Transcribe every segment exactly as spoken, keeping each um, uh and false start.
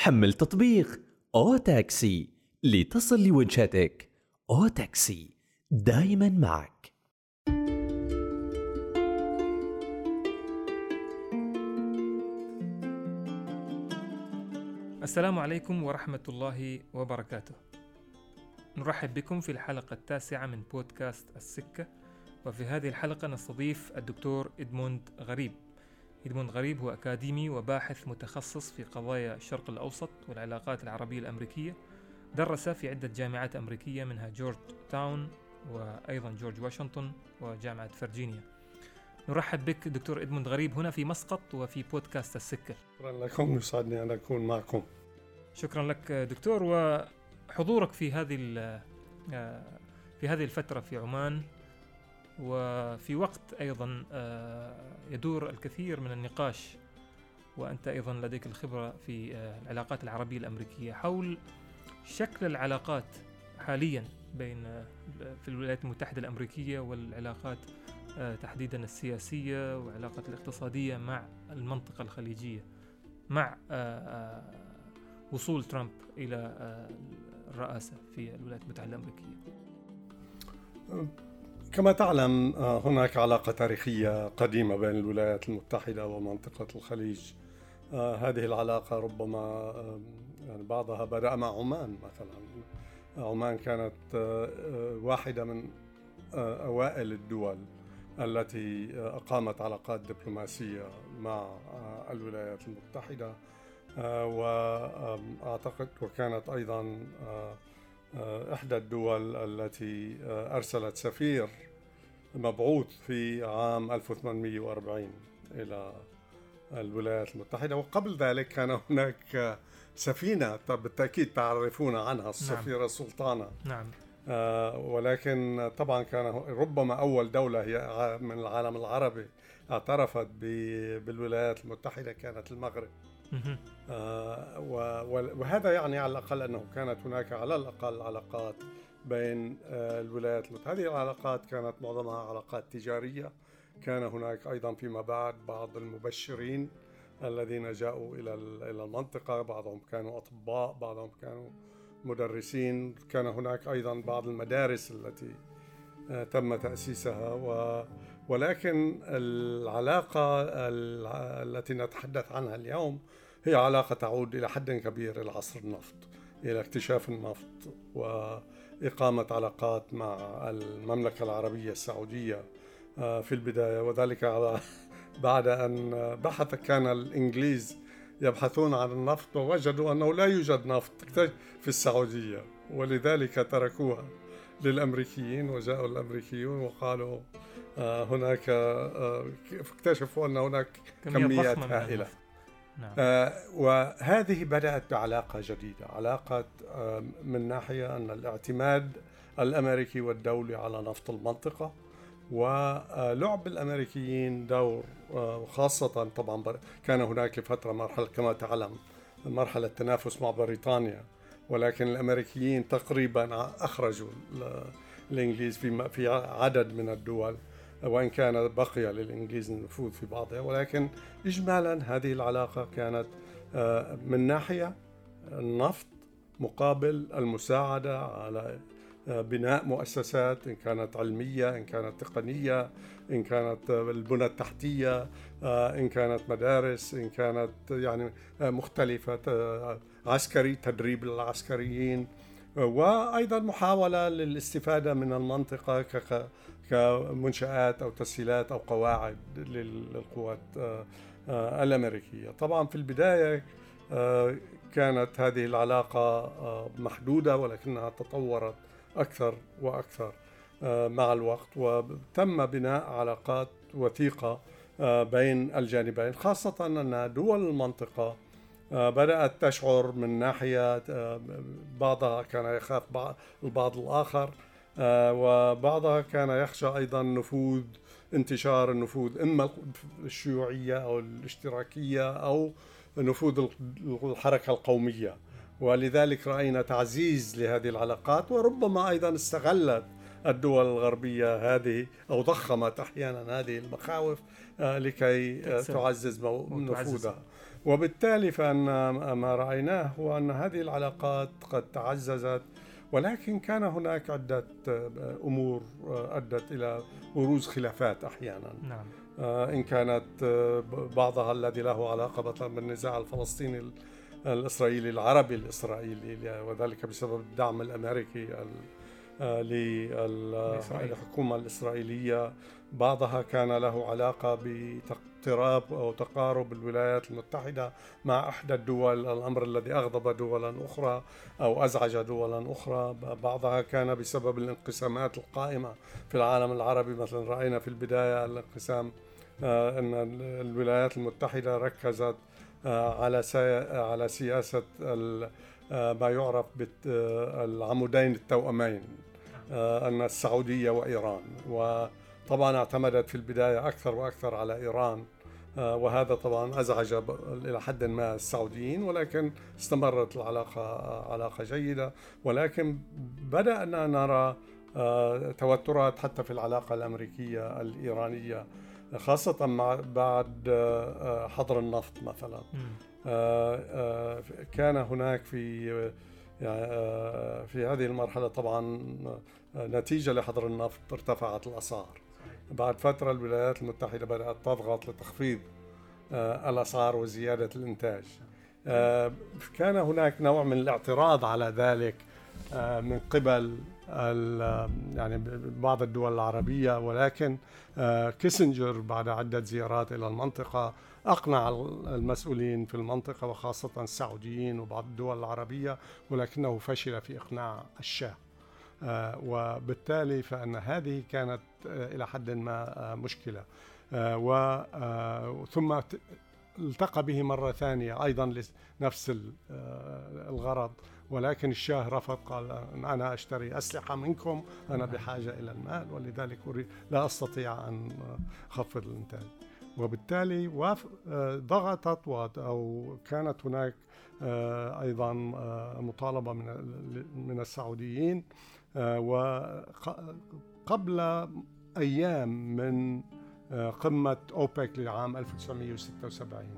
حمل تطبيق أو تاكسي لتصل لوجهتك. أو تاكسي دائما معك. السلام عليكم ورحمة الله وبركاته. نرحب بكم في الحلقة التاسعة من بودكاست السكة، وفي هذه الحلقة نستضيف الدكتور إدموند غريب. إدموند غريب هو أكاديمي وباحث متخصص في قضايا الشرق الأوسط والعلاقات العربية الأمريكية. درس في عدة جامعات أمريكية منها جورج تاون وأيضا جورج واشنطن وجامعة فرجينيا. نرحب بك دكتور إدموند غريب هنا في مسقط وفي بودكاست السكة. شكرا لكم، يسعدني أن أكون معكم. شكرا لك دكتور، وحضورك في هذه في هذه الفترة في عمان، وفي وقت أيضا يدور الكثير من النقاش، وأنت أيضا لديك الخبرة في العلاقات العربية الأمريكية حول شكل العلاقات حاليا بين في الولايات المتحدة الأمريكية والعلاقات تحديدا السياسية والعلاقات الاقتصادية مع المنطقة الخليجية مع وصول ترامب إلى الرئاسة في الولايات المتحدة الأمريكية. كما تعلم هناك علاقة تاريخية قديمة بين الولايات المتحدة ومنطقة الخليج. هذه العلاقة ربما يعني بعضها بدأ مع عمان مثلا. عمان كانت واحدة من أوائل الدول التي أقامت علاقات دبلوماسية مع الولايات المتحدة، وأعتقد وكانت أيضا إحدى الدول التي أرسلت سفير مبعوث في عام ألف وثمانمئة وأربعين إلى الولايات المتحدة. وقبل ذلك كان هناك سفينة بالتأكيد تعرفون عنها، السفيرة نعم. سلطانة نعم. آه ولكن طبعا كان ربما أول دولة هي من العالم العربي اعترفت بالولايات المتحدة كانت المغرب. آه وهذا يعني على الأقل أنه كانت هناك على الأقل علاقات بين آه الولايات المتحدة. هذه العلاقات كانت معظمها علاقات تجارية. كان هناك أيضا فيما بعد بعض المبشرين الذين جاءوا إلى إلى المنطقة، بعضهم كانوا أطباء، بعضهم كانوا مدرسين. كان هناك أيضا بعض المدارس التي تم تأسيسها، و ولكن العلاقة التي نتحدث عنها اليوم هي علاقة تعود إلى حد كبير إلى عصر النفط، إلى اكتشاف النفط وإقامة علاقات مع المملكة العربية السعودية في البداية، وذلك بعد أن بحث كان الإنجليز يبحثون عن النفط ووجدوا أنه لا يوجد نفط في السعودية، ولذلك تركوها للأمريكيين، وجاءوا الأمريكيون وقالوا آه هناك آه اكتشفوا أن هناك كميات هائلة. نعم. آه وهذه بدأت بعلاقة جديدة، علاقة آه من ناحية أن الاعتماد الأمريكي والدولي على نفط المنطقة، ولعب الأمريكيين دور، خاصة طبعا كان هناك فترة مرحلة كما تعلم مرحلة تنافس مع بريطانيا، ولكن الأمريكيين تقريبا أخرجوا الإنجليز في في عدد من الدول، وإن كان بقي للإنجليز النفوذ في بعضها. ولكن إجمالا هذه العلاقة كانت من ناحية النفط مقابل المساعدة على بناء مؤسسات، إن كانت علمية، إن كانت تقنية، إن كانت البنى التحتية، إن كانت مدارس، إن كانت يعني مختلفة، عسكري، تدريب العسكريين، وأيضا محاولة للاستفادة من المنطقة كمنشآت أو تسهيلات أو قواعد للقوات الأمريكية. طبعا في البداية كانت هذه العلاقة محدودة، ولكنها تطورت أكثر وأكثر مع الوقت، وتم بناء علاقات وثيقة بين الجانبين، خاصة أن دول المنطقة بدأت تشعر من ناحية بعضها كان يخاف البعض الآخر، وبعضها كان يخشى أيضا نفوذ انتشار النفوذ إما الشيوعية أو الاشتراكية أو نفوذ الحركة القومية. ولذلك رأينا تعزيز لهذه العلاقات، وربما أيضا استغلت الدول الغربية هذه أو ضخمت أحيانا هذه المخاوف لكي تعزز نفوذها. وبالتالي فإن ما رأيناه هو أن هذه العلاقات قد تعززت، ولكن كان هناك عدة أمور أدت إلى بروز خلافات أحيانا. نعم. إن كانت بعضها الذي له علاقة مثلا بالنزاع الفلسطيني الإسرائيلي العربي الإسرائيلي، وذلك بسبب الدعم الأمريكي للحكومة الإسرائيلية. بعضها كان له علاقة باقتراب أو تقارب الولايات المتحدة مع إحدى الدول، الأمر الذي أغضب دولا أخرى أو أزعج دولا أخرى. بعضها كان بسبب الانقسامات القائمة في العالم العربي، مثلا رأينا في البداية الانقسام أن الولايات المتحدة ركزت على على سياسة ما يعرف بالعمودين التوأمين، أن السعودية وإيران، وطبعا اعتمدت في البداية أكثر وأكثر على إيران، وهذا طبعا أزعج إلى حد ما السعوديين، ولكن استمرت العلاقة علاقة جيدة. ولكن بدأنا نرى توترات حتى في العلاقة الأمريكية الإيرانية، خاصة مع بعد حظر النفط مثلا. كان هناك في في هذه المرحلة طبعا نتيجة لحظر النفط ارتفعت الأسعار. بعد فترة الولايات المتحدة بدأت تضغط لتخفيض الأسعار وزيادة الإنتاج. كان هناك نوع من الاعتراض على ذلك من قبل يعني بعض الدول العربية، ولكن كيسنجر بعد عدة زيارات إلى المنطقة أقنع المسؤولين في المنطقة وخاصة السعوديين وبعض الدول العربية، ولكنه فشل في إقناع الشاه. وبالتالي فإن هذه كانت إلى حد ما مشكلة. وثم التقى به مرة ثانية أيضا لنفس الغرض، ولكن الشاه رفض، قال أنا أشتري أسلحة منكم، أنا بحاجة إلى المال، ولذلك لا أستطيع أن أخفض الإنتاج. وبالتالي ضغطت أو كانت هناك أيضا مطالبة من من السعوديين. وقبل أيام من قمة أوبك لعام ألف وتسعمائة وستة وسبعين،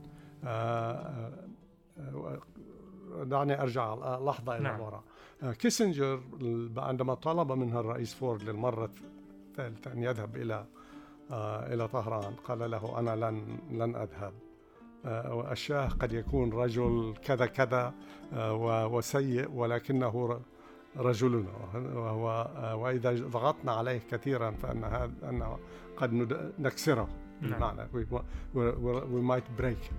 دعني أرجع لحظة إلى الوراء. نعم. كيسنجر عندما طلب منه الرئيس فورد للمرة الثالثة أن يذهب إلى إلى طهران، قال له أنا لن لن أذهب. الشاه قد يكون رجل كذا كذا وسيء، ولكنه رجلنا، وهو وإذا ضغطنا عليه كثيرا فإن هذا أنه قد نكسره بالمعنى we might break.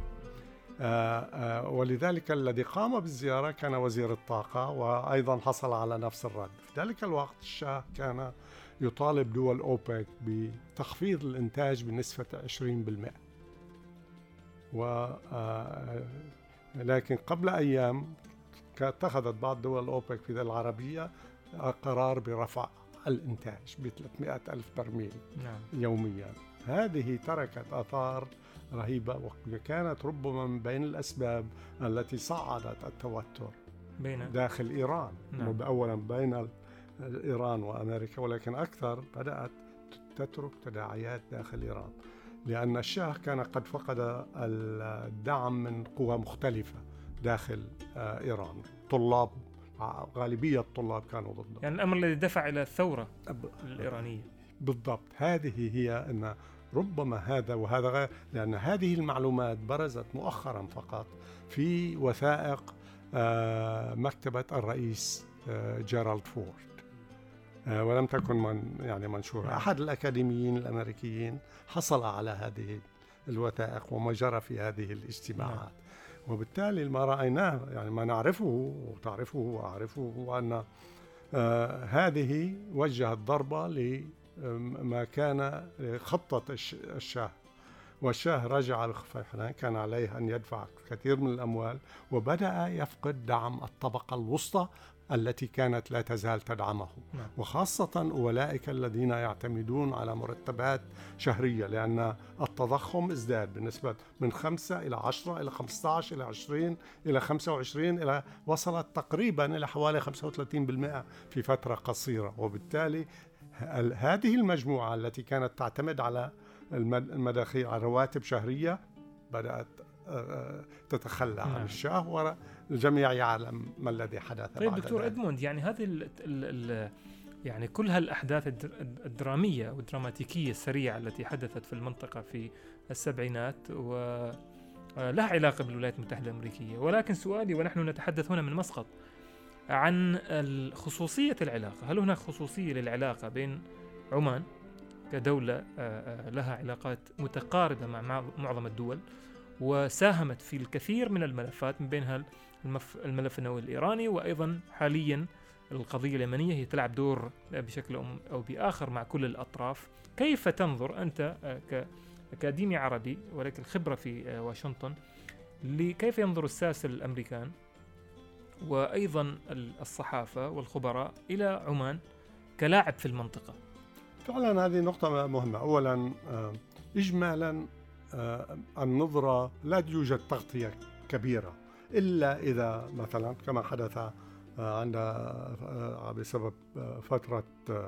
ولذلك الذي قام بالزيارة كان وزير الطاقة، وأيضا حصل على نفس الرد. في ذلك الوقت الشاه كان يطالب دول أوبك بتخفيض الإنتاج بنسبة عشرين بالمئة. ولكن قبل أيام اتخذت بعض دول أوبك في العربية قرار برفع الإنتاج ب ثلاثمائة ألف برميل نعم. يوميا. هذه تركت آثار رهيبة، وكانت ربما من بين الأسباب التي صعدت التوتر بين داخل إيران. نعم. أولا بين إيران وأمريكا، ولكن أكثر بدأت تترك تداعيات داخل إيران، لأن الشاه كان قد فقد الدعم من قوى مختلفة داخل إيران. طلاب، غالبية الطلاب كانوا ضده، يعني الأمر الذي دفع إلى الثورة الإيرانية. بالضبط. هذه هي أن ربما هذا وهذا غير، لأن هذه المعلومات برزت مؤخرا فقط في وثائق مكتبة الرئيس جيرالد فورد، ولم تكن من يعني منشورة. أحد الأكاديميين الأمريكيين حصل على هذه الوثائق وما جرى في هذه الاجتماعات. وبالتالي ما رأيناه، يعني ما نعرفه وتعرفه وأعرفه، هو أن آه هذه وجهت ضربة لما كان خطة الشاه. والشاه رجع لخفيفنا، كان عليه أن يدفع كثير من الأموال، وبدأ يفقد دعم الطبقة الوسطى التي كانت لا تزال تدعمه. نعم. وخاصة أولئك الذين يعتمدون على مرتبات شهرية، لأن التضخم ازداد بنسبة من خمسة إلى عشرة إلى خمسة عشر إلى عشرين إلى خمسة وعشرين، إلى وصلت تقريبا إلى حوالي خمسة وثلاثين بالمئة في فترة قصيرة. وبالتالي هذه المجموعة التي كانت تعتمد على المداخيل، على رواتب شهرية، بدأت تتخلى عن الشاه، والجميع يعلم ما الذي حدث. طيب دكتور إدموند، يعني هذه ال ال ال يعني كل هالأحداث الدرامية والدراماتيكية السريعة التي حدثت في المنطقة في السبعينات ولها علاقة بالولايات المتحدة الأمريكية، ولكن سؤالي ونحن نتحدث هنا من مسقط عن خصوصية العلاقة، هل هناك خصوصية للعلاقة بين عمان كدولة لها علاقات متقاربة مع معظم الدول وساهمت في الكثير من الملفات، من بينها الملف النووي الإيراني، وأيضا حاليا القضية اليمنية هي تلعب دور بشكل أو بآخر مع كل الأطراف. كيف تنظر أنت كأكاديمي عربي ولكن خبرة في واشنطن، لكيف ينظر الساسة الأمريكان وأيضا الصحافة والخبراء إلى عمان كلاعب في المنطقة؟ فعلا هذه نقطة مهمة. أولا إجمالا النظرة لا يوجد تغطية كبيرة إلا إذا مثلا كما حدث عند بسبب فترة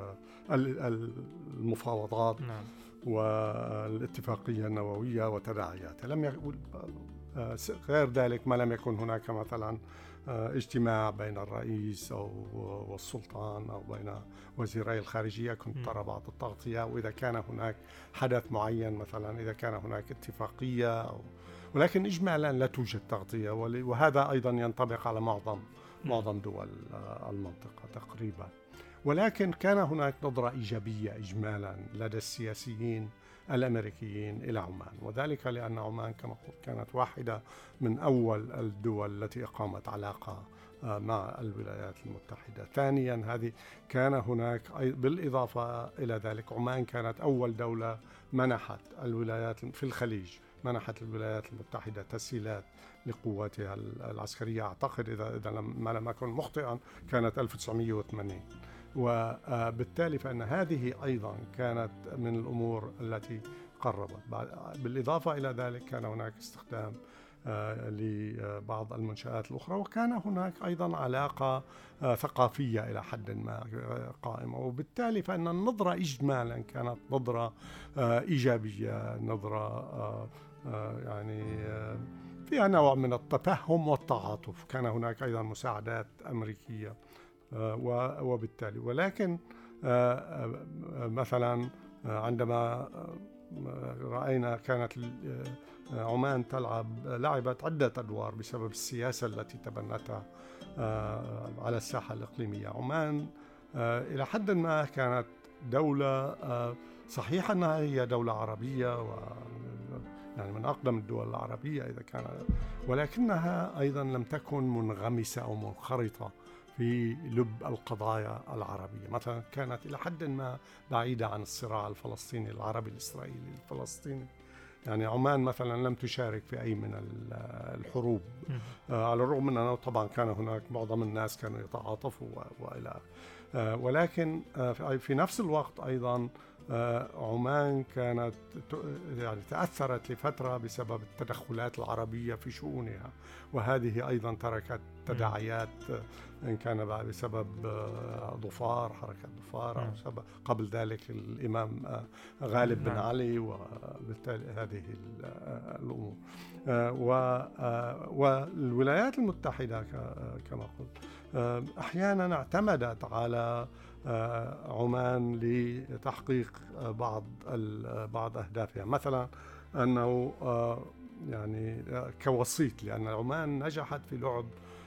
المفاوضات نعم. والاتفاقية النووية وتداعياتها. لم يكن غير ذلك ما لم يكن هناك مثلا اجتماع بين الرئيس أو والسلطان أو بين وزيري الخارجية كنت ترى بعض التغطية، وإذا كان هناك حدث معين مثلا إذا كان هناك اتفاقية أو، ولكن إجمالا لا توجد تغطية، وهذا أيضا ينطبق على معظم معظم دول المنطقة تقريبا. ولكن كان هناك نظرة إيجابية إجمالا لدى السياسيين الأمريكيين إلى عمان، وذلك لأن عمان كما قلت كانت واحدة من أول الدول التي أقامت علاقة مع الولايات المتحدة. ثانيا هذه كان هناك بالإضافة إلى ذلك عمان كانت أول دولة منحت الولايات في الخليج منحت الولايات المتحدة تسهيلات لقواتها العسكرية، أعتقد إذا إذا لم ما لم أكن مخطئا كانت ألف وتسعمائة وثمانين، وبالتالي فإن هذه أيضا كانت من الأمور التي قربت. بالإضافة إلى ذلك كان هناك استخدام لبعض المنشآت الأخرى، وكان هناك أيضا علاقة ثقافية إلى حد ما قائمة، وبالتالي فإن النظرة إجمالا كانت نظرة إيجابية، نظرة يعني فيها نوع من التفهم والتعاطف. كان هناك أيضا مساعدات أمريكية وبالتالي، ولكن مثلا عندما رأينا كانت عمان تلعب لعبت عدة أدوار بسبب السياسة التي تبنتها على الساحة الإقليمية. عمان إلى حد ما كانت دولة صحيح أنها هي دولة عربية و يعني من أقدم الدول العربية إذا كان، ولكنها أيضا لم تكن منغمسة أو منخرطة في لب القضايا العربية. مثلا كانت إلى حد ما بعيدة عن الصراع الفلسطيني العربي الإسرائيلي الفلسطيني. يعني عمان مثلا لم تشارك في أي من الحروب، على الرغم من أنه طبعا كان هناك معظم الناس كانوا يتعاطفوا وإلى، ولكن في نفس الوقت أيضا عمان كانت يعني تأثرت لفترة بسبب التدخلات العربية في شؤونها، وهذه أيضا تركت تداعيات إن كان بسبب ظفار حركة ظفار أو سبب قبل ذلك الإمام غالب بن علي، وبالتالي هذه الأمور. والولايات المتحدة كما قلت أحيانا اعتمدت على عمان لتحقيق بعض بعض أهدافها، مثلا أنه يعني كوسيط، لأن عمان نجحت في لعب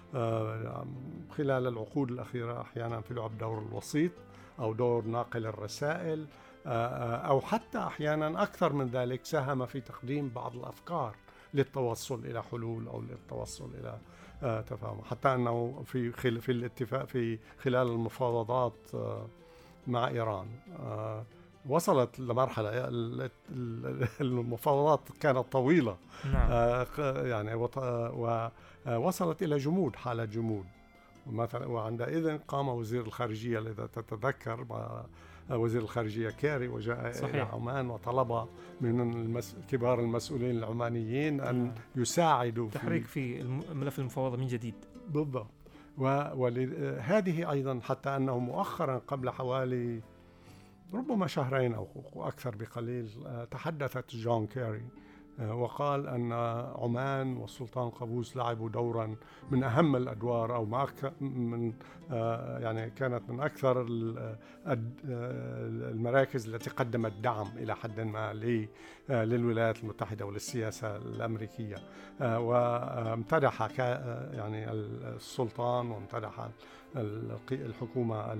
خلال العقود الأخيرة أحيانا في لعب دور الوسيط أو دور ناقل الرسائل، أو حتى أحيانا أكثر من ذلك ساهم في تقديم بعض الأفكار للتوصل إلى حلول أو للتوصل إلى تفاهم، حتى أنه في في الاتفاق في خلال المفاوضات مع إيران وصلت لمرحلة المفاوضات كانت طويلة نعم. يعني ووصلت إلى جمود، حالة جمود مثلا. وعندئذ قام وزير الخارجية إذا تتذكر وزير الخارجية كيري وجاء صحيح. إلى عمان وطلب من المس... كبار المسؤولين العمانيين أن يساعدوا تحريك في, في ملف المفاوضة من جديد. بالضبط. وهذه أيضا حتى أنه مؤخرا قبل حوالي ربما شهرين أو أكثر بقليل تحدثت جون كيري وقال أن عمان والسلطان قابوس لعبوا دورا من أهم الأدوار أو من يعني كانت من أكثر المراكز التي قدمت دعم إلى حد ما للولايات المتحدة وللسياسة الأمريكية. وامتدح يعني السلطان وامتدح الحكومة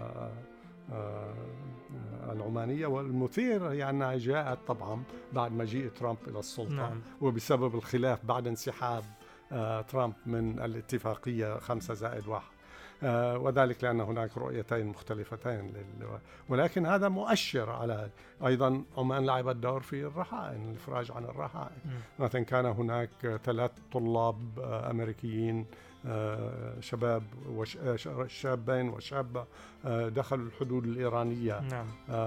العمانية. والمثير هي أنها جاءت طبعا بعد مجيء ترامب إلى السلطة. نعم. وبسبب الخلاف بعد انسحاب ترامب من الاتفاقية خمسة زائد واحد، وذلك لأن هناك رؤيتين مختلفتين. ولكن هذا مؤشر على أيضا عمان لعبت دور في الرهائن، الإفراج عن الرهائن. مثلا كان هناك ثلاث طلاب أمريكيين شباب وشابين وشابة دخلوا الحدود الإيرانية. نعم.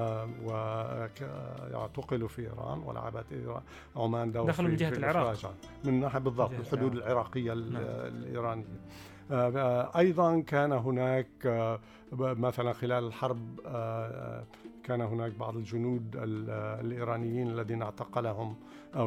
واعتقلوا في إيران، ولعبت عمان دور دخلوا من جهة العراق، من ناحية بالضبط الحدود العراقية. نعم. الإيرانية. أيضا كان هناك مثلا خلال الحرب كان هناك بعض الجنود الإيرانيين الذين اعتقلهم أو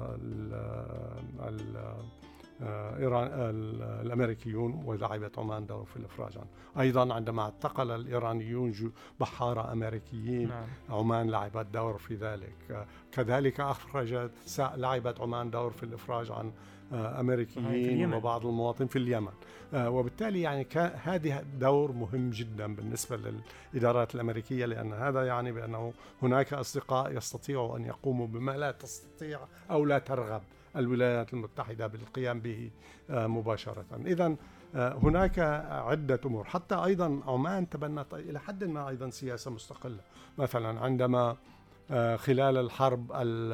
إيران الأمريكيون، ولعبت عمان دور في الإفراج عنه. أيضا عندما اعتقل الإيرانيون بحارة أمريكيين. نعم. عمان لعبت دور في ذلك. كذلك أخرجت لعبت عمان دور في الإفراج عن أمريكيين وبعض المواطنين في اليمن. وبالتالي يعني هذه دور مهم جدا بالنسبة للإدارات الأمريكية، لأن هذا يعني بأنه هناك أصدقاء يستطيعوا أن يقوموا بما لا تستطيع أو لا ترغب الولايات المتحدة بالقيام به مباشرة. إذن هناك عدة أمور. حتى أيضا عمان تبنت إلى حد ما أيضا سياسة مستقلة. مثلا عندما خلال الحرب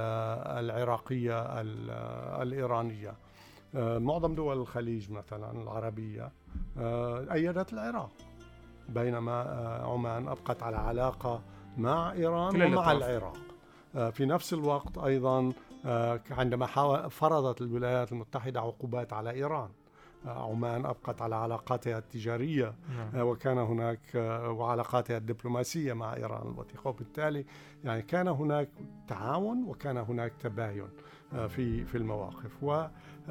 العراقية الإيرانية معظم دول الخليج مثلا العربية أيدت العراق، بينما عمان أبقت على علاقة مع إيران ومع العراق. في نفس الوقت أيضا عندما فرضت الولايات المتحدة عقوبات على إيران، عمان أبقت على علاقاتها التجارية. نعم. وكان هناك وعلاقاتها الدبلوماسية مع إيران الوثيقة. وبالتالي يعني كان هناك تعاون وكان هناك تباين في في المواقف. و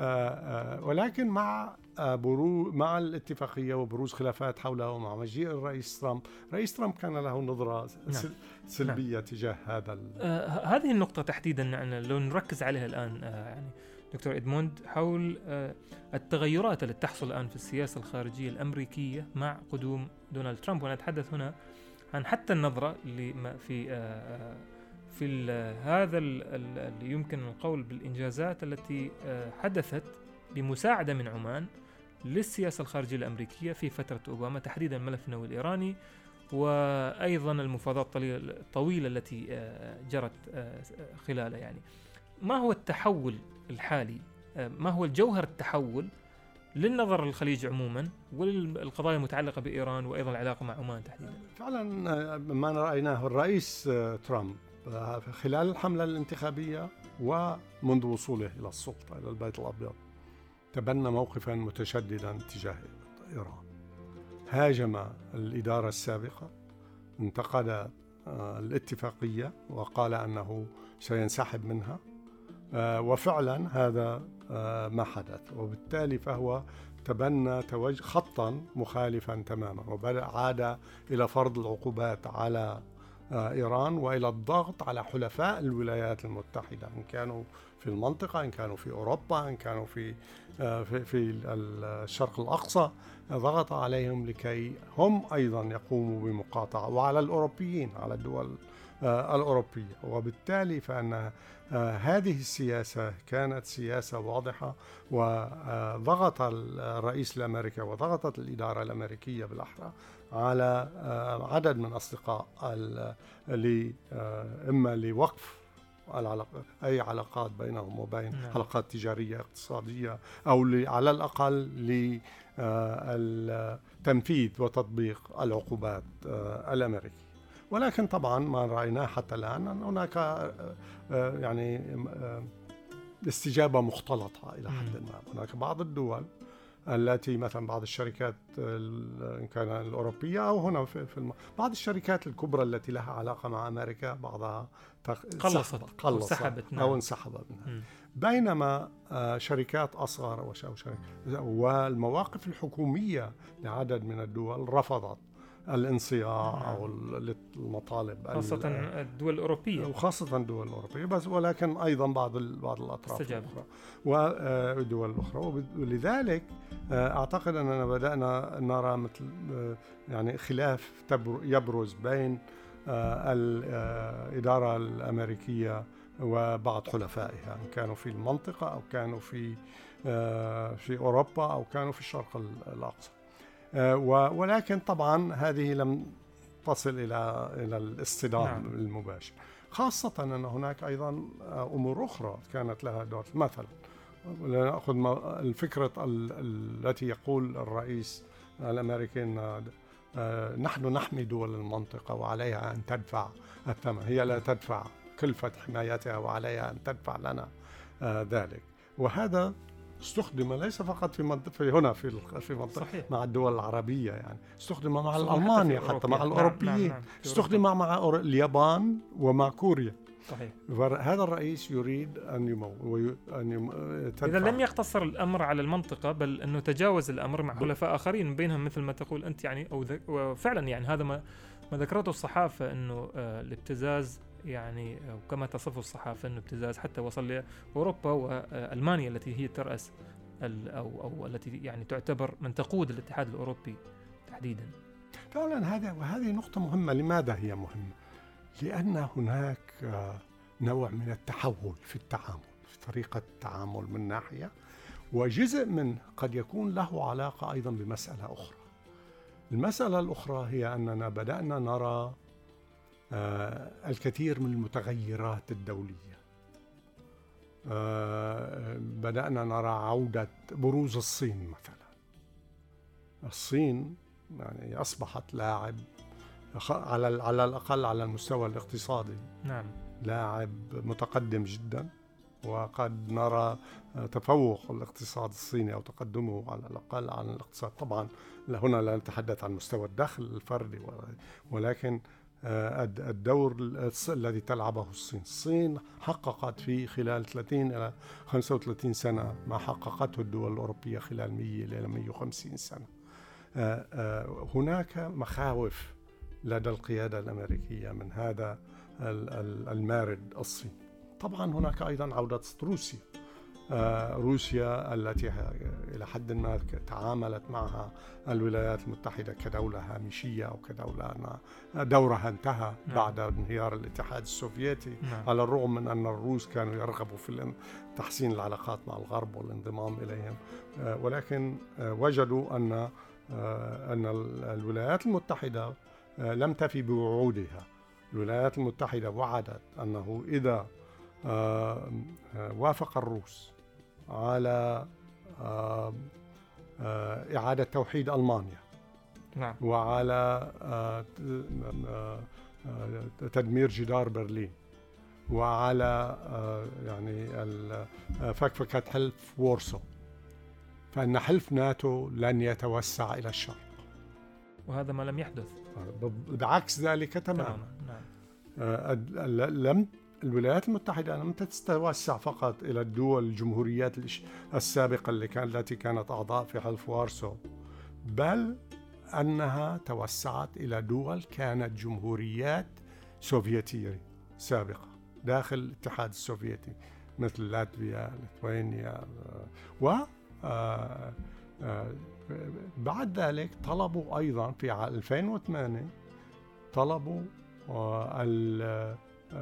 ولكن مع بروز مع الاتفاقية وبروز خلافات حولها ومع مجيء الرئيس ترامب، رئيس ترامب كان له نظرة نعم. سلبية نعم. تجاه هذا آه هذه النقطة تحديدا يعني لو نركز عليها الآن آه يعني دكتور إدموند حول آه التغيرات التي تحصل الآن في السياسة الخارجية الأمريكية مع قدوم دونالد ترامب. ونتحدث هنا عن حتى النظرة اللي في آه في هذا اللي يمكن القول بالإنجازات التي آه حدثت بمساعدة من عمان للسياسة الخارجية الأمريكية في فترة أوباما، تحديدا ملف النووي الإيراني، وأيضا المفاوضات الطويلة التي جرت خلاله. يعني ما هو التحول الحالي؟ ما هو الجوهر التحول للنظر للخليج عموما والقضايا المتعلقة بإيران وأيضا العلاقة مع عمان تحديدا؟ فعلا ما رأيناه الرئيس ترامب خلال الحملة الانتخابية ومنذ وصوله إلى السلطة إلى البيت الأبيض تبنى موقفا متشددا تجاه إيران. هاجم الإدارة السابقة، انتقد الاتفاقية وقال أنه سينسحب منها، وفعلا هذا ما حدث. وبالتالي فهو تبنى خطا مخالفا تماما، وعاد إلى فرض العقوبات على إيران وإلى الضغط على حلفاء الولايات المتحدة، إن كانوا في المنطقة، إن كانوا في أوروبا، إن كانوا في في, في الشرق الأقصى. ضغط عليهم لكي هم أيضا يقوموا بمقاطعة، وعلى الأوروبيين، على الدول الأوروبية. وبالتالي فإن هذه السياسة كانت سياسة واضحة، وضغط الرئيس الأمريكي وضغطت الإدارة الأمريكية بالأحرى على عدد من أصدقاء إما لوقف العلاقة أي علاقات بينهم وبين نعم. علاقات تجارية اقتصادية، أو على الأقل لتنفيذ وتطبيق العقوبات الأمريكية. ولكن طبعا ما رأيناه حتى الآن أن هناك يعني استجابة مختلطة إلى حد ما. هناك بعض الدول التي مثلا بعض الشركات إن كان الأوروبية أو هنا في الم... بعض الشركات الكبرى التي لها علاقة مع أمريكا بعضها قلصت أو انسحبت أو انسحبت منها، بينما شركات أصغر والمواقف الحكومية لعدد من الدول رفضت الانصياع أو المطالب، خاصة الدول الأوروبية وخاصة الدول الأوروبية بس ولكن أيضا بعض بعض الأطراف الأخرى والدول الأخرى. ولذلك أعتقد أننا بدأنا نرى مثل يعني خلاف يبرز بين الإدارة الأمريكية وبعض حلفائها، إن كانوا في المنطقة أو كانوا في في أوروبا أو كانوا في الشرق الأقصى. ولكن طبعا هذه لم تصل إلى إلى الاصطدام نعم. المباشر، خاصة أن هناك أيضا أمور أخرى كانت لها دور. مثلا نأخذ الفكرة التي يقول الرئيس الأمريكي أن نحن نحمي دول المنطقة وعليها أن تدفع الثمن، هي لا تدفع كلفة حمايتها وعليها أن تدفع لنا ذلك. وهذا استخدم ليس فقط في منطقة هنا في في منطقة مع الدول العربية، يعني استخدم مع ألمانيا حتى مع الأوروبيين، نعم نعم نعم. استخدم مع اليابان ومع كوريا. صحيح. هذا الرئيس يريد أن يمو أن يم... إذا لم يقتصر الأمر على المنطقة بل أنه تجاوز الأمر مع حلفاء آخرين بينهم مثل ما تقول أنت يعني أو ذ... وفعلا يعني هذا ما ما ذكرته الصحافة أنه آه الابتزاز يعني وكما تصفه الصحافة أنه ابتزاز حتى وصل لأوروبا وألمانيا التي هي ترأس أو أو التي يعني تعتبر من تقود الاتحاد الأوروبي تحديدا. فعلا هذا وهذه نقطة مهمة. لماذا هي مهمة؟ لأن هناك نوع من التحول في التعامل، في طريقة التعامل من ناحية، وجزء منه قد يكون له علاقة أيضا بمسألة أخرى. المسألة الأخرى هي أننا بدأنا نرى آه الكثير من المتغيرات الدولية. آه بدأنا نرى عودة بروز الصين مثلا. الصين يعني أصبحت لاعب على على الأقل على المستوى الاقتصادي، نعم، لاعب متقدم جدا، وقد نرى تفوق الاقتصاد الصيني أو تقدمه على الأقل عن الاقتصاد. طبعا هنا لا نتحدث عن مستوى الدخل الفردي، ولكن الدور الذي تلعبه الصين. الصين حققت في خلال ثلاثين إلى خمسة وثلاثين سنة ما حققته الدول الأوروبية خلال مئة إلى مئة وخمسين سنة. هناك مخاوف لدى القيادة الأمريكية من هذا المارد الصيني. طبعا هناك أيضا عودة روسيا. روسيا التي إلى حد ما تعاملت معها الولايات المتحدة كدولة هامشية أو كدولة دورها انتهى بعد انهيار الاتحاد السوفيتي، على الرغم من أن الروس كانوا يرغبوا في تحسين العلاقات مع الغرب والانضمام إليهم، ولكن وجدوا أن أن الولايات المتحدة لم تفي بوعودها. الولايات المتحدة وعدت أنه إذا وافق الروس على إعادة توحيد ألمانيا، نعم، وعلى تدمير جدار برلين، وعلى يعني فكفكة حلف وارسو، فإن حلف ناتو لن يتوسع إلى الشرق، وهذا ما لم يحدث. بعكس ذلك تماما. نعم. لم الولايات المتحدة لم تتوسع فقط إلى الدول الجمهوريات السابقة اللي كانت التي كانت أعضاء في حلف وارسو، بل أنها توسعت إلى دول كانت جمهوريات سوفيتية سابقة داخل الاتحاد السوفيتي، مثل لاتفيا، ليتوانيا. و بعد ذلك طلبوا أيضا في ألفين وثمانية طلبوا ال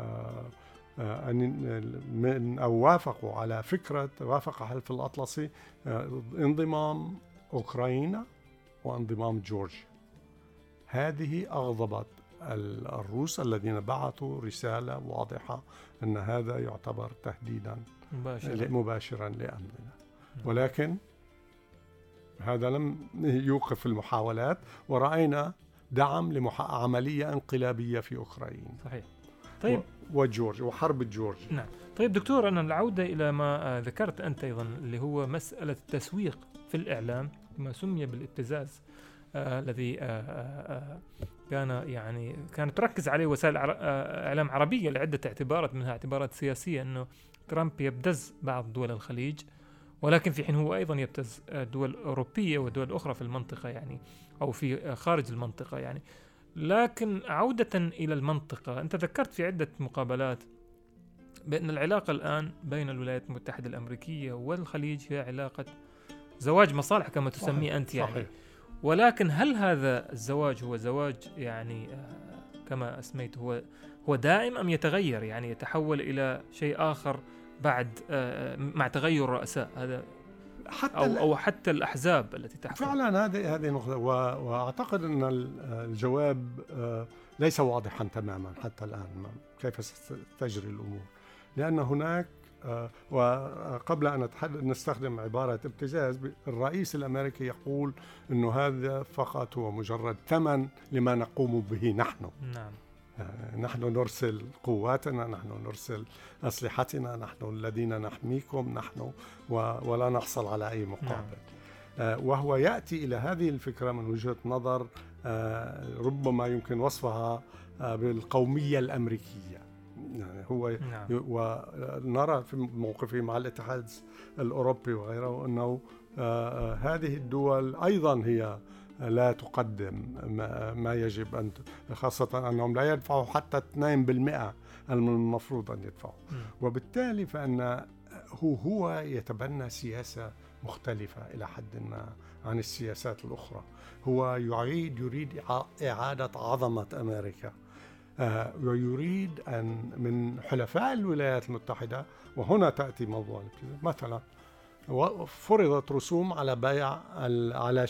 أن أو وافقوا على فكرة، وافق حلف الأطلسي انضمام أوكرانيا وانضمام جورجيا. هذه أغضبت الروس الذين بعثوا رسالة واضحة أن هذا يعتبر تهديدا مباشرا, مباشرا لأمننا، ولكن هذا لم يوقف المحاولات، ورأينا دعم لعملية انقلابية في أوكرانيا. صحيح. طيب، وجورج وحرب جورج. نعم. طيب دكتور، أنا العودة إلى ما ذكرت أنت أيضا اللي هو مسألة التسويق في الإعلام ما سمي بالابتزاز آه الذي آه آه كان يعني كانت تركز عليه وسائل إعلام عربية لعدة اعتبارات، منها اعتبارات سياسية، أنه ترامب يبتز بعض دول الخليج، ولكن في حين هو أيضا يبتز دول أوروبية ودول أخرى في المنطقة يعني، أو في خارج المنطقة يعني. لكن عودة إلى المنطقة، أنت ذكرت في عدة مقابلات بأن العلاقة الآن بين الولايات المتحدة الأمريكية والخليج هي علاقة زواج مصالح كما تسميه أنت يعني. صحيح. ولكن هل هذا الزواج هو زواج يعني كما أسميت هو هو دائم أم يتغير، يعني يتحول إلى شيء آخر بعد مع تغير الرؤساء هذا حتى أو, أو حتى الأحزاب التي تحكم؟ فعلا هذه هذه نقطة، وأعتقد أن الجواب ليس واضحا تماما حتى الآن كيف ستجري الأمور، لأن هناك وقبل أن نستخدم عبارة ابتزاز، الرئيس الأمريكي يقول أنه هذا فقط هو مجرد ثمن لما نقوم به نحن. نعم. نحن نرسل قواتنا، نحن نرسل أسلحتنا، نحن الذين نحميكم نحن، ولا نحصل على أي مقابل. نعم. وهو يأتي إلى هذه الفكرة من وجهة نظر ربما يمكن وصفها بالقومية الأمريكية. يعني هو نعم. ونرى في موقفه مع الاتحاد الأوروبي وغيره أنه هذه الدول أيضا هي لا تقدم ما يجب أن، خاصة أنهم لا يدفعوا حتى اثنين بالمئة المفروض أن يدفعوا. م. وبالتالي فإن هو هو يتبنى سياسة مختلفة إلى حد ما عن السياسات الأخرى. هو يعيد يريد إعادة عظمة أمريكا، آه ويريد أن من حلفاء الولايات المتحدة، وهنا تأتي موضوع مثلا فرضت رسوم على بيع على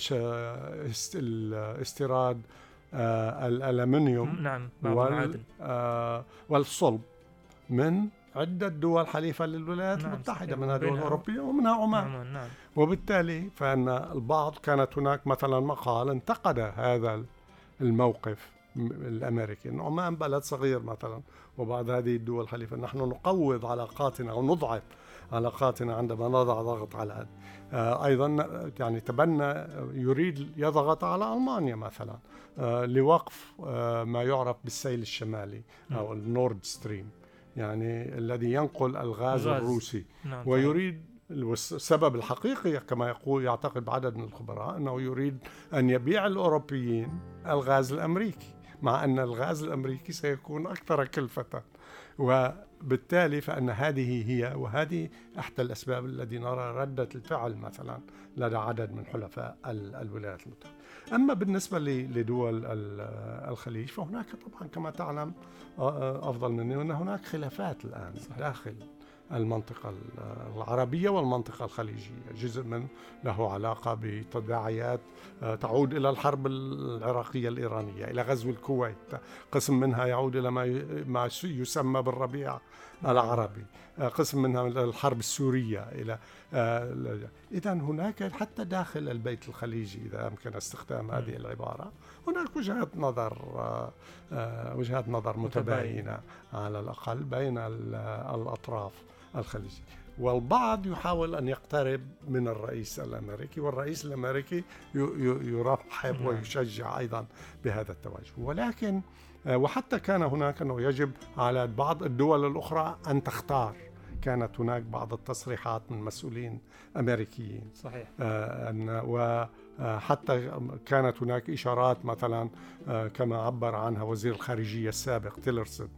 استيراد آه الألمنيوم نعم وال آه والصلب من عدة دول حليفة للولايات نعم المتحدة، منها دول أوروبية ومنها عمان. نعم نعم. وبالتالي فإن البعض كانت هناك مثلا مقال انتقد هذا الموقف الأمريكي، إن عمان بلد صغير مثلا وبعد هذه الدول الحليفة نحن نقوض علاقاتنا ونضعف علاقاتنا عندما نضع ضغط على آه أيضا يعني تبنى يريد يضغط على ألمانيا مثلا آه لوقف آه ما يعرف بالسيل الشمالي أو النورد ستريم، يعني الذي ينقل الغاز الروسي. نعم. ويريد السبب الحقيقي كما يقول يعتقد عدد من الخبراء أنه يريد أن يبيع الأوروبيين الغاز الأمريكي، مع أن الغاز الأمريكي سيكون أكثر كلفة. وبالتالي فإن هذه هي وهذه إحدى الأسباب التي نرى ردة الفعل مثلا لدى عدد من حلفاء الولايات المتحدة. أما بالنسبة لدول الخليج فهناك طبعا كما تعلم أفضل مني أن هناك خلافات الآن صحيح. داخل المنطقة العربية والمنطقة الخليجية، جزء من له علاقة بتداعيات تعود إلى الحرب العراقية الإيرانية، إلى غزو الكويت، قسم منها يعود إلى ما يسمى بالربيع العربي، قسم منها الحرب السورية إلى إذن هناك حتى داخل البيت الخليجي إذا أمكن استخدام هذه العبارة هناك وجهات نظر وجهات نظر متباينة على الأقل بين الأطراف الخليجي، والبعض يحاول أن يقترب من الرئيس الأمريكي، والرئيس الأمريكي يرحب ويشجع أيضا بهذا التوجه. ولكن وحتى كان هناك أنه يجب على بعض الدول الأخرى أن تختار، كانت هناك بعض التصريحات من مسؤولين أمريكيين صحيح. آه وحتى كانت هناك إشارات مثلا آه كما عبر عنها وزير الخارجية السابق تيلرسون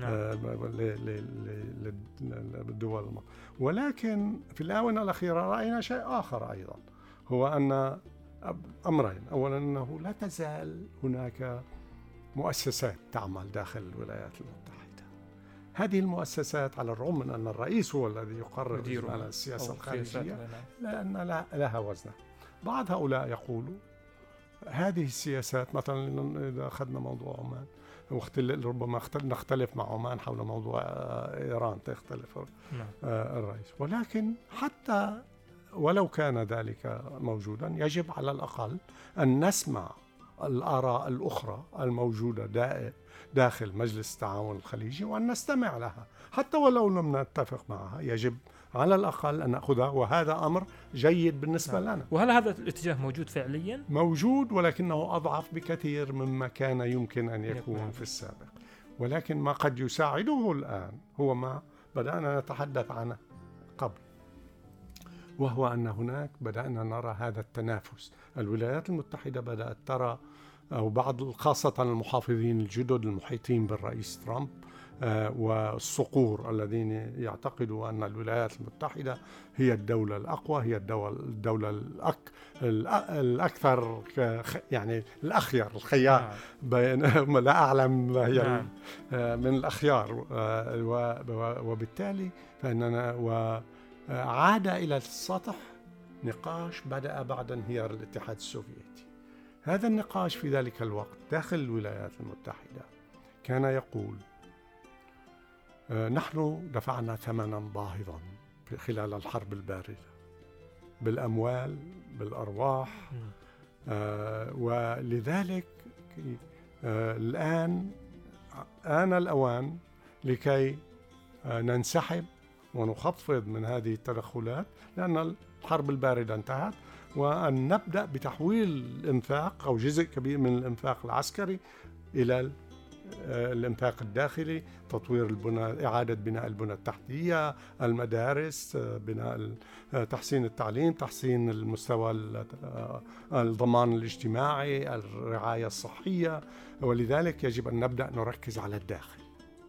للدول. ولكن في الآونة الأخيرة رأينا شيء آخر أيضا، هو أن أمرين: أولا أنه لا تزال هناك مؤسسات تعمل داخل الولايات المتحدة. هذه المؤسسات على الرغم من أن الرئيس هو الذي يقرر على السياسة الخارجية لأن لها وزنها، بعض هؤلاء يقولوا هذه السياسات مثلا إذا أخذنا موضوع عمان ربما نختلف مع عمان حول موضوع إيران تختلف الرئيس، ولكن حتى ولو كان ذلك موجودا يجب على الأقل أن نسمع الآراء الأخرى الموجودة داخل مجلس التعاون الخليجي وأن نستمع لها حتى ولو لم نتفق معها. يجب على الأقل أن نأخذها، وهذا أمر جيد بالنسبة نعم. وهل هذا الاتجاه موجود فعليا؟ موجود، ولكنه أضعف بكثير مما كان يمكن أن يكون يكون. في السابق. ولكن ما قد يساعده الآن هو ما بدأنا نتحدث عنه قبل، وهو أن هناك بدأنا نرى هذا التنافس. الولايات المتحدة بدأت ترى، أو بعض خاصة المحافظين الجدد المحيطين بالرئيس ترامب آه والصقور الذين يعتقدوا أن الولايات المتحدة هي الدولة الأقوى، هي الدولة, الدولة الأك الأكثر يعني الأخيار الخيار نعم. بين لا أعلم ما هي نعم. آه من الأخيار آه وبالتالي فإننا وعاد إلى السطح نقاش بدأ بعد انهيار الاتحاد السوفيتي. هذا النقاش في ذلك الوقت داخل الولايات المتحدة كان يقول نحن دفعنا ثمنا باهظا خلال الحرب الباردة بالأموال بالأرواح، آه ولذلك آه الآن آن الأوان لكي آه ننسحب ونخفض من هذه التدخلات، لأن الحرب الباردة انتهت، وأن نبدأ بتحويل الإنفاق أو جزء كبير من الإنفاق العسكري إلى الإنفاق الداخلي، تطوير البنى، إعادة بناء البنى التحتية، المدارس، بناء تحسين التعليم، تحسين المستوى الضمان الاجتماعي، الرعاية الصحية. ولذلك يجب أن نبدأ نركز على الداخل.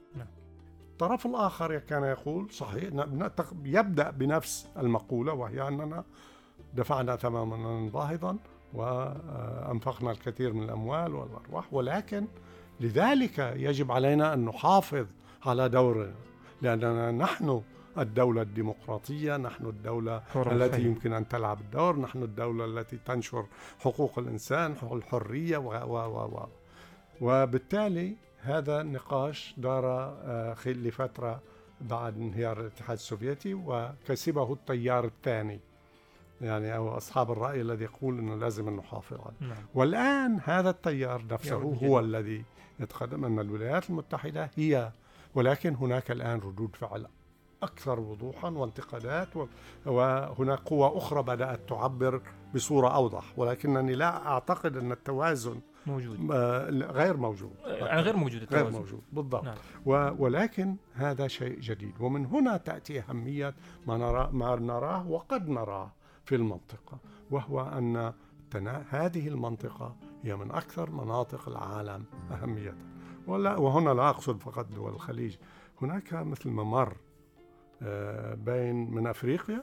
الطرف الآخر كان يقول صحيح يبدأ بنفس المقولة، وهي أننا دفعنا ثمنا باهظا وأنفقنا الكثير من الأموال والأرواح، ولكن لذلك يجب علينا أن نحافظ على دورنا، لأننا نحن الدولة الديمقراطية، نحن الدولة التي يمكن أن تلعب الدور، نحن الدولة التي تنشر حقوق الإنسان، الحرية و و و وبالتالي هذا النقاش دار لفترة بعد انهيار الاتحاد السوفيتي، وكسبه التيار الثاني يعني أو أصحاب الرأي الذي يقول أنه لازم أن نحافظ عليه. نعم. والآن هذا التيار نفسه هو الذي يتقدم أن الولايات المتحدة هي، ولكن هناك الآن ردود فعل أكثر وضوحا وانتقادات، وهناك قوى أخرى بدأت تعبر بصورة أوضح، ولكنني لا أعتقد أن التوازن موجود. غير موجود غير موجود التوازن. غير موجود بالضبط. نعم. ولكن هذا شيء جديد، ومن هنا تأتي أهمية ما نرى ما نراه وقد نراه في المنطقة، وهو أن هذه المنطقة هي من أكثر مناطق العالم أهمية. وهنا لا أقصد فقط دول الخليج، هناك مثل ممر بين من أفريقيا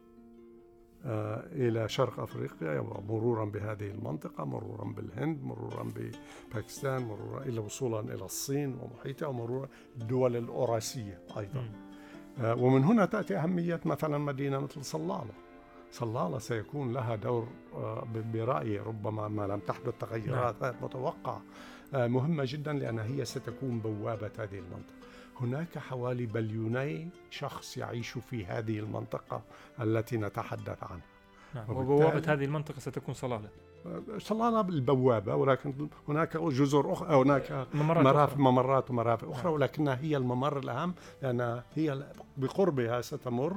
إلى شرق أفريقيا، مرورا بهذه المنطقة، مرورا بالهند، مرورا بباكستان، مرورا إلى وصولا إلى الصين ومحيطها، ومرورا الدول الأوراسية أيضا. م. ومن هنا تأتي أهمية مثلا مدينة مثل صلالة. صلالة سيكون لها دور برأيي ربما ما لم تحدث تغيرات غير متوقعة مهمة جدا، لأن هي ستكون بوابة هذه المنطقة. هناك حوالي بليوني شخص يعيش في هذه المنطقة التي نتحدث عنها. نعم. وبوابة هذه المنطقة ستكون صلالة. صلالة البوابة، ولكن هناك جزر أخرى، هناك ممرات, مرافق ممرات ومرافق أخرى، نعم. ولكنها هي الممر الأهم، لأن هي بقربها ستمر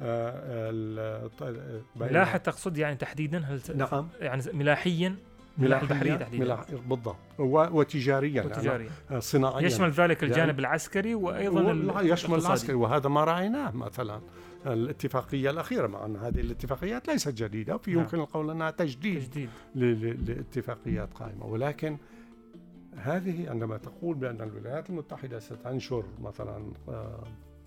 ملاحة. تقصد يعني تحديدا هل نعم. يعني ملاحيا ملاحة بحرية تحديدا ملاح... بالضبط، وتجاريا وتجاريا صناعيا، يشمل ذلك الجانب يعني العسكري وأيضا و... يشمل العسكري، وهذا ما رأيناه مثلا الاتفاقية الأخيرة، مع أن هذه الاتفاقيات ليست جديدة، في يمكن نعم. القول أنها تجديد, تجديد. ل... ل... لاتفاقيات قائمة، ولكن هذه عندما تقول بأن الولايات المتحدة ستنشر مثلا آه...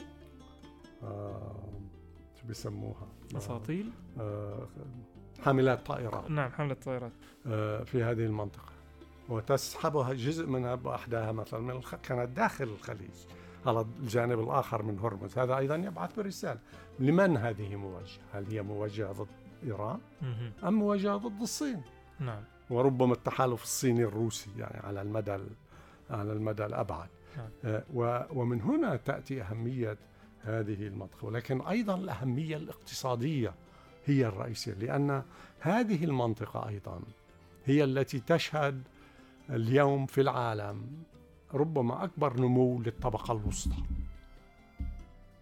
آه... شو بيسموها أساطيل آه... حاملات طائرات، نعم حاملات طائرات آه... في هذه المنطقة، وتسحبها جزء منها بأحداها مثلا من الخ... كانت داخل الخليج على الجانب الآخر من هرمز. هذا أيضا يبعث برسالة لمن هذه موجهة؟ هل هي موجهة ضد إيران أم موجهة ضد الصين؟ نعم. وربما التحالف الصيني الروسي يعني على المدى على المدى الأبعد. نعم. آه و... ومن هنا تأتي أهمية هذه المنطقة، ولكن أيضا الأهمية الاقتصادية هي الرئيسية، لأن هذه المنطقة أيضا هي التي تشهد اليوم في العالم ربما أكبر نمو للطبقة الوسطى،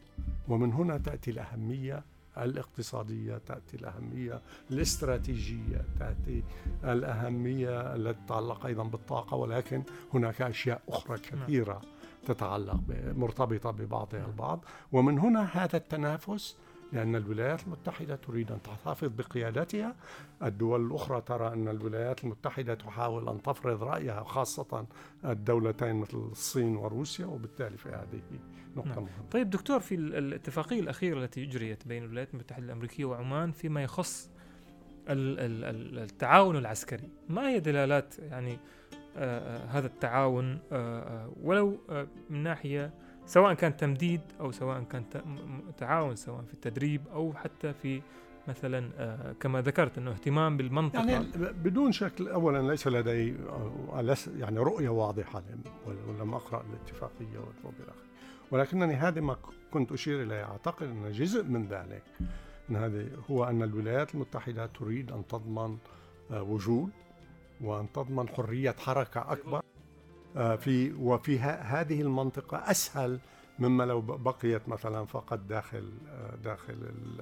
ومن هنا تأتي الأهمية الاقتصادية، تأتي الأهمية الاستراتيجية، تأتي الأهمية التي تتعلق أيضا بالطاقة، ولكن هناك أشياء أخرى كثيرة تتعلق مرتبطة ببعضها البعض. ومن هنا هذا التنافس، لأن الولايات المتحدة تريد أن تحتفظ بقيادتها، الدول الأخرى ترى أن الولايات المتحدة تحاول أن تفرض رأيها، خاصة الدولتين مثل الصين وروسيا، وبالتالي في هذه نقطة نعم. مهمة. طيب دكتور، في الاتفاقية الأخيرة التي أجريت بين الولايات المتحدة الأمريكية وعمان فيما يخص التعاون العسكري، ما هي دلالات يعني آه هذا التعاون، آه ولو آه من ناحية سواء كان تمديد أو سواء كان تعاون، سواء في التدريب أو حتى في مثلا آه كما ذكرت أنه اهتمام بالمنطقة؟ يعني بدون شك، أولا ليس لدي يعني رؤية واضحة، ولم أقرأ الاتفاقية والآخر، ولكنني هذا ما كنت أشير إليه. أعتقد أن جزء من ذلك أن هذا هو أن الولايات المتحدة تريد أن تضمن آه وجود وأن تضمن حرية حركة أكبر في وفي هذه المنطقة أسهل مما لو بقيت مثلا فقط داخل داخل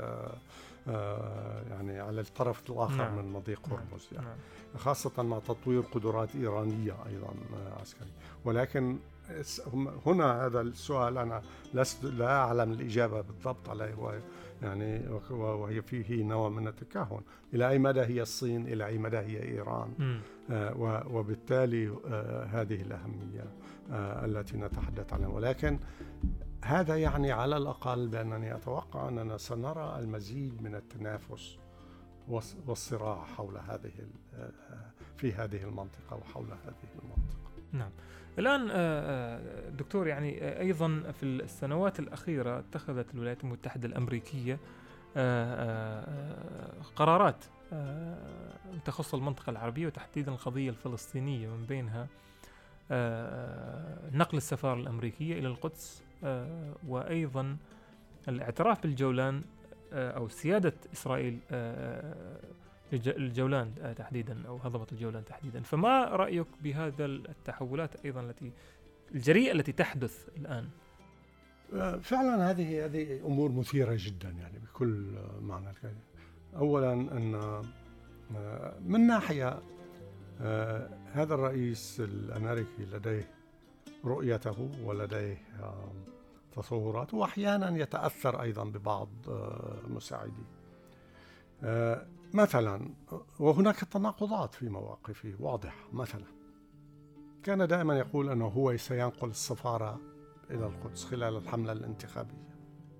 يعني على الطرف الآخر نعم. من مضيق هرمز يعني. نعم. خاصة مع تطوير قدرات إيرانية أيضا عسكرية. ولكن هنا هذا السؤال أنا لست لا أعلم الإجابة بالضبط عليه، يعني وهي فيه نوع من التكهن. إلى أي مدى هي الصين، إلى أي مدى هي إيران، آه وبالتالي آه هذه الأهمية آه التي نتحدث عنها. ولكن هذا يعني على الأقل بأنني أتوقع أننا سنرى المزيد من التنافس والصراع حول هذه في هذه المنطقة وحول هذه المنطقة. نعم. الآن دكتور، يعني أيضا في السنوات الأخيرة اتخذت الولايات المتحدة الأمريكية قرارات تخص المنطقة العربية وتحديدا القضية الفلسطينية، من بينها نقل السفارة الأمريكية إلى القدس، وأيضا الاعتراف بالجولان أو سيادة إسرائيل الجولان تحديدا أو هضبة الجولان تحديدا. فما رأيك بهذا التحولات أيضا التي الجريئة التي تحدث الآن؟ فعلا هذه هذه أمور مثيرة جدا يعني بكل معنى الكلمة. أولا أن من ناحية هذا الرئيس الأمريكي لديه رؤيته ولديه تصوراته، وأحيانا يتأثر أيضا ببعض مساعديه. مثلا وهناك تناقضات في مواقفه واضحة. مثلا كان دائما يقول أنه هو سينقل السفارة إلى القدس خلال الحملة الانتخابية،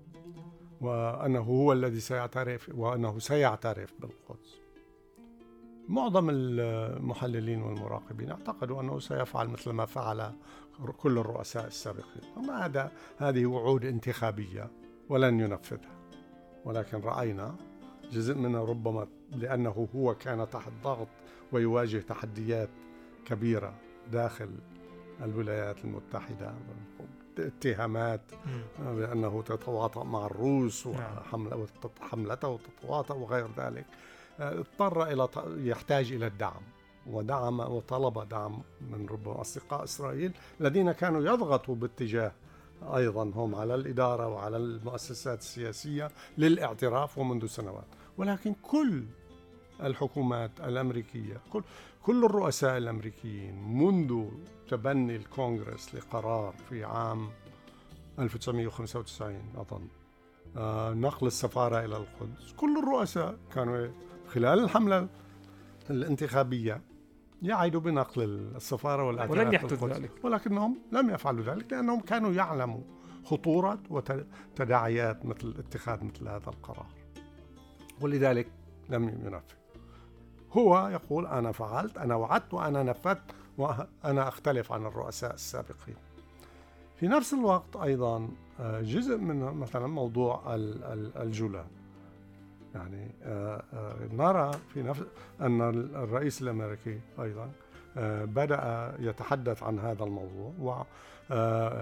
وأنه هو الذي سيعترف وأنه سيعترف بالقدس. معظم المحللين والمراقبين اعتقدوا أنه سيفعل مثل ما فعل كل الرؤساء السابقين، أما هذا هذه وعود انتخابية ولن ينفذها. ولكن رأينا جزء منها ربما لأنه هو كان تحت ضغط ويواجه تحديات كبيرة داخل الولايات المتحدة، اتهامات بأنه تتواطأ مع الروس وحملته وتتواطأ وغير ذلك، اضطر إلى يحتاج إلى الدعم، ودعم وطلب دعم من ربما أصدقاء إسرائيل الذين كانوا يضغطوا باتجاه أيضا هم على الإدارة وعلى المؤسسات السياسية للاعتراف ومنذ سنوات. ولكن كل الحكومات الأمريكية، كل كل الرؤساء الأمريكيين منذ تبني الكونغرس لقرار في عام ألف وتسعمائة وخمسة وتسعين أظن آه نقل السفارة إلى القدس، كل الرؤساء كانوا خلال الحملة الانتخابية يعيدوا بنقل السفارة والاعتراف ولم يحدث ذلك، ولكنهم لم يفعلوا ذلك لأنهم كانوا يعلموا خطورة وتداعيات مثل اتخاذ مثل هذا القرار، ولذلك لم ينفذ. هو يقول أنا فعلت، أنا وعدت، وأنا نفذت، وأنا أختلف عن الرؤساء السابقين. في نفس الوقت أيضا جزء من مثلا موضوع الجولان، يعني نرى في نفس أن الرئيس الأمريكي أيضا بدأ يتحدث عن هذا الموضوع،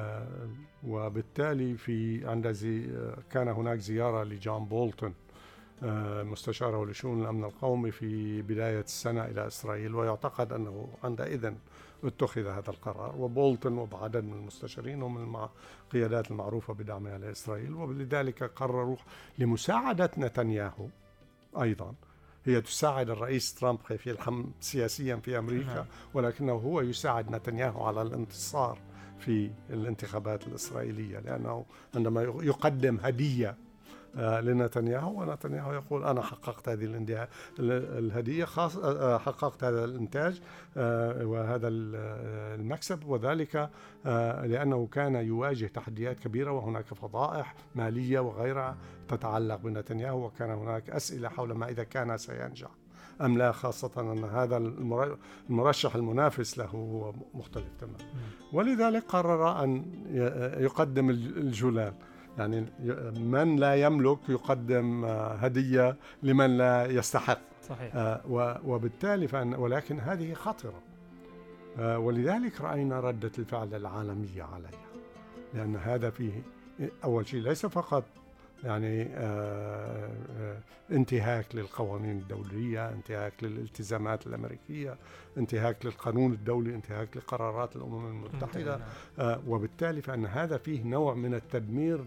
وبالتالي في عند كان هناك زيارة لجون بولتون مستشاره لشؤون الأمن القومي في بداية السنة إلى إسرائيل، ويعتقد أنه عندئذ اتخذ هذا القرار، وبولتون وبعدد من المستشارين ومن القيادات المعروفة بدعمها لإسرائيل، ولذلك قرروا لمساعدة نتنياهو أيضا. هي تساعد الرئيس ترامب في الحمل سياسيا في أمريكا، ولكنه هو يساعد نتنياهو على الانتصار في الانتخابات الإسرائيلية، لأنه عندما يقدم هدية لنتنياهو ونتنياهو يقول أنا حققت هذه الهدية، خاص حققت هذا الإنتاج وهذا المكسب، وذلك لأنه كان يواجه تحديات كبيرة وهناك فضائح مالية وغيرها تتعلق بنتنياهو، وكان هناك أسئلة حول ما إذا كان سينجح أم لا، خاصة أن هذا المرشح المنافس له هو مختلف تماما. ولذلك قرر أن يقدم الجولان، يعني من لا يملك يقدم هدية لمن لا يستحق. صحيح. وبالتالي فأن ولكن هذه خطرة، ولذلك رأينا ردة الفعل العالمية عليها، لأن هذا فيه أول شيء ليس فقط يعني آه آه انتهاك للقوانين الدولية، انتهاك للالتزامات الأمريكية، انتهاك للقانون الدولي، انتهاك لقرارات الأمم المتحدة، آه وبالتالي فإن هذا فيه نوع من التدمير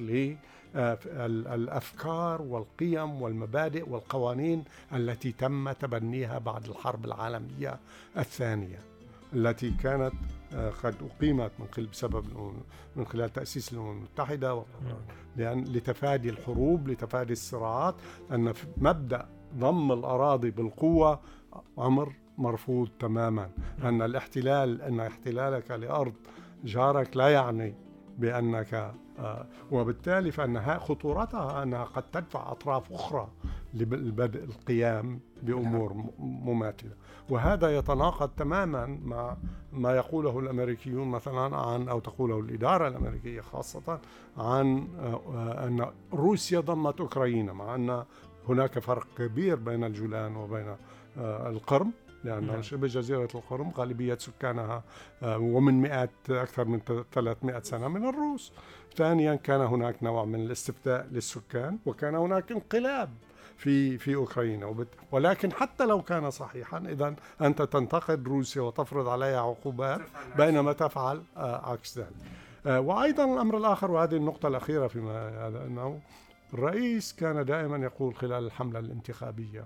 للأفكار والقيم والمبادئ والقوانين التي تم تبنيها بعد الحرب العالمية الثانية، التي كانت قد أقيمت من خلال بسبب من خلال تأسيس الأمم المتحدة، لأن لتفادي الحروب، لتفادي الصراعات، أن مبدأ ضم الأراضي بالقوة أمر مرفوض تماما، أن الاحتلال أن احتلالك لأرض جارك لا يعني بأنك آه وبالتالي فإنها خطورتها أنها قد تدفع أطراف أخرى لبدء القيام بأمور مماثلة، وهذا يتناقض تماما مع ما يقوله الأمريكيون مثلا عن أو تقوله الإدارة الأمريكية خاصة عن آه أن روسيا ضمت أوكرانيا، مع أن هناك فرق كبير بين الجولان وبين آه القرم، لأن شبه جزيرة القرم غالبية سكانها ومن مئات أكثر من ثلاثمائة سنة من الروس. ثانيا كان هناك نوع من الاستفتاء للسكان، وكان هناك انقلاب في في أوكرانيا، ولكن حتى لو كان صحيحا إذا أنت تنتقد روسيا وتفرض عليها عقوبات بينما تفعل عكس ذلك. وأيضا الأمر الآخر، وهذه النقطة الأخيرة فيما هذا، أنه الرئيس كان دائما يقول خلال الحملة الانتخابية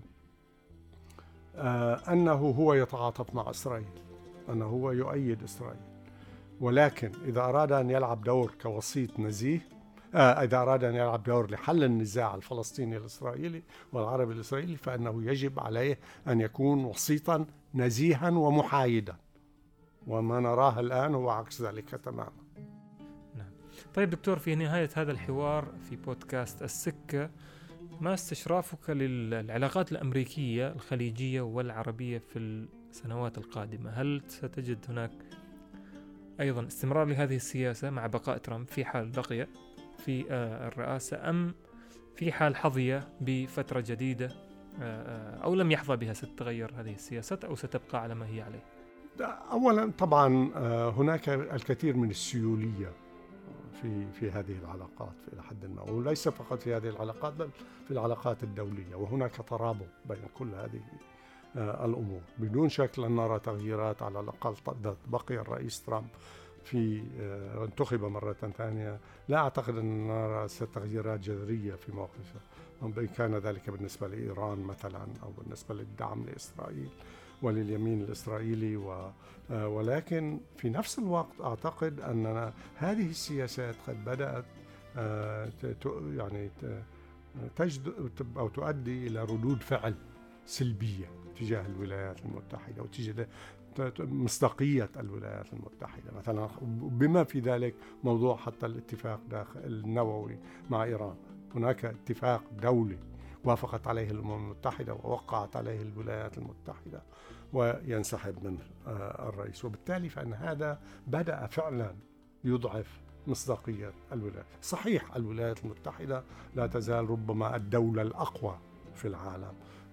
أنه هو يتعاطف مع إسرائيل، أنه هو يؤيد إسرائيل، ولكن إذا أراد أن يلعب دور كوسيط نزيه، إذا أراد أن يلعب دور لحل النزاع الفلسطيني الإسرائيلي والعربي الإسرائيلي، فإنه يجب عليه أن يكون وسيطا نزيها ومحايدا، وما نراه الآن هو عكس ذلك تماما. نعم. طيب دكتور، في نهاية هذا الحوار في بودكاست السكة، ما استشرافك للعلاقات الأمريكية الخليجية والعربية في السنوات القادمة؟ هل ستجد هناك أيضا استمرار لهذه السياسة مع بقاء ترامب في حال بقي في الرئاسة، أم في حال حظي بفترة جديدة أو لم يحظى بها ستتغير هذه السياسات أو ستبقى على ما هي عليه؟ أولا طبعا هناك الكثير من السيولية في في هذه العلاقات إلى حد ما، وليس فقط في هذه العلاقات بل في العلاقات الدولية، وهناك ترابط بين كل هذه الأمور. بدون شك لن نرى تغييرات، على الأقل إذا بقي الرئيس ترامب في انتخب مرة ثانية، لا أعتقد أن نرى تغييرات جذرية في موقفه، بإن كان ذلك بالنسبة لإيران مثلا أو بالنسبة للدعم لإسرائيل ولليمين الإسرائيلي، و ولكن في نفس الوقت أعتقد أن هذه السياسات قد بدأت يعني تجد أو تؤدي إلى ردود فعل سلبية تجاه الولايات المتحدة وتجاه مصداقية الولايات المتحدة مثلا، بما في ذلك موضوع حتى الاتفاق داخل النووي مع إيران. هناك اتفاق دولي وافقت عليه الأمم المتحدة ووقعت عليه الولايات المتحدة وينسحب منه الرئيس، وبالتالي فإن هذا بدأ فعلا يضعف مصداقية الولايات. صحيح الولايات المتحدة لا تزال ربما الدولة الأقوى في العالم،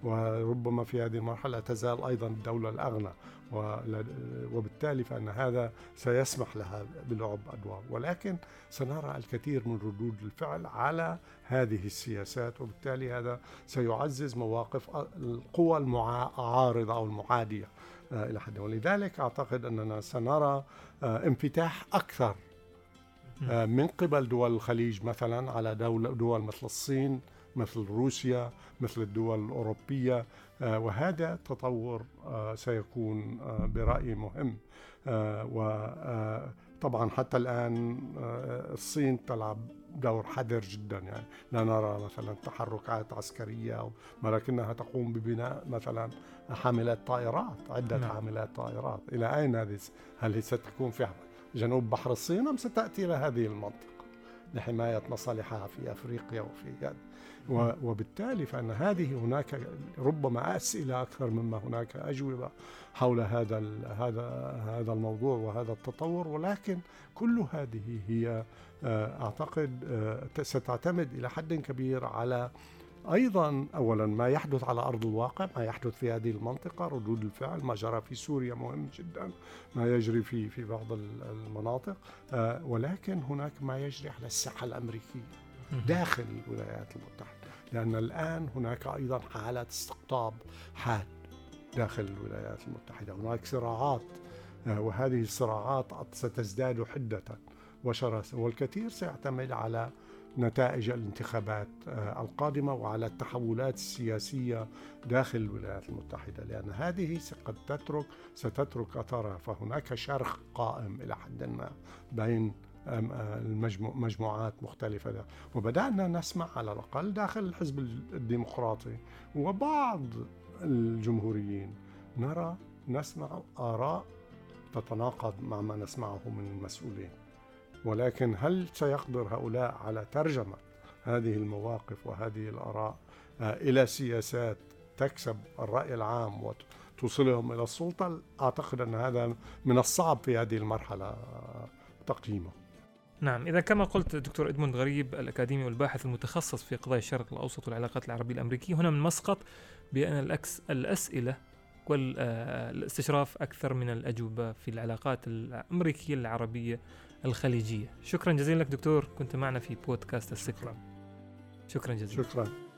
وربما في هذه المرحلة تزال أيضا الدولة الأغنى، وبالتالي فإن هذا سيسمح لها بلعب أدوار، ولكن سنرى الكثير من ردود الفعل على هذه السياسات، وبالتالي هذا سيعزز مواقف القوى المعارضة أو المعادية إلى حد، ولذلك أعتقد أننا سنرى انفتاح أكثر من قبل دول الخليج مثلا على دول, دول مثل الصين، مثل روسيا، مثل الدول الأوروبية، وهذا تطور سيكون برأيي مهم. وطبعا حتى الآن الصين تلعب دور حذر جدا، يعني لا نرى مثلا تحركات عسكرية، ولكنها تقوم ببناء مثلا حاملات طائرات، عدة نعم. حاملات طائرات. إلى أين هذه؟ هل هي ستكون في جنوب بحر الصين أم ستأتي إلى هذه المنطقة لحماية مصالحها في أفريقيا وفي هذا؟ وبالتالي فإن هذه هناك ربما أسئلة أكثر مما هناك أجوبة حول هذا هذا هذا الموضوع وهذا التطور، ولكن كل هذه هي أعتقد ستعتمد إلى حد كبير على أيضا أولا ما يحدث على أرض الواقع، ما يحدث في هذه المنطقة، ردود الفعل، ما جرى في سوريا مهم جدا، ما يجري في في بعض المناطق، ولكن هناك ما يجري على الساحة الأمريكية داخل الولايات المتحدة، لأن الآن هناك أيضا حالات استقطاب حاد داخل الولايات المتحدة، هناك صراعات، وهذه الصراعات ستزداد حدة وشراسة، والكثير سيعتمد على نتائج الانتخابات القادمة وعلى التحولات السياسية داخل الولايات المتحدة، لأن هذه قد تترك ستترك أثرها. فهناك شرخ قائم إلى حد ما بين المجموعات مختلفة ده. وبدأنا نسمع على الأقل داخل الحزب الديمقراطي وبعض الجمهوريين نرى نسمع آراء تتناقض مع ما نسمعه من المسؤولين، ولكن هل سيقدر هؤلاء على ترجمة هذه المواقف وهذه الآراء إلى سياسات تكسب الرأي العام وتوصلهم إلى السلطة؟ أعتقد أن هذا من الصعب في هذه المرحلة تقييمه. نعم، إذا كما قلت دكتور إدموند غريب الأكاديمي والباحث المتخصص في قضايا الشرق الأوسط والعلاقات العربية الأمريكية، هنا من مسقط بأن الأسئلة والاستشراف أكثر من الأجوبة في العلاقات الأمريكية العربية الخليجية. شكرا جزيلا لك دكتور، كنت معنا في بودكاست السكرة. شكرا جزيلا. شكرا.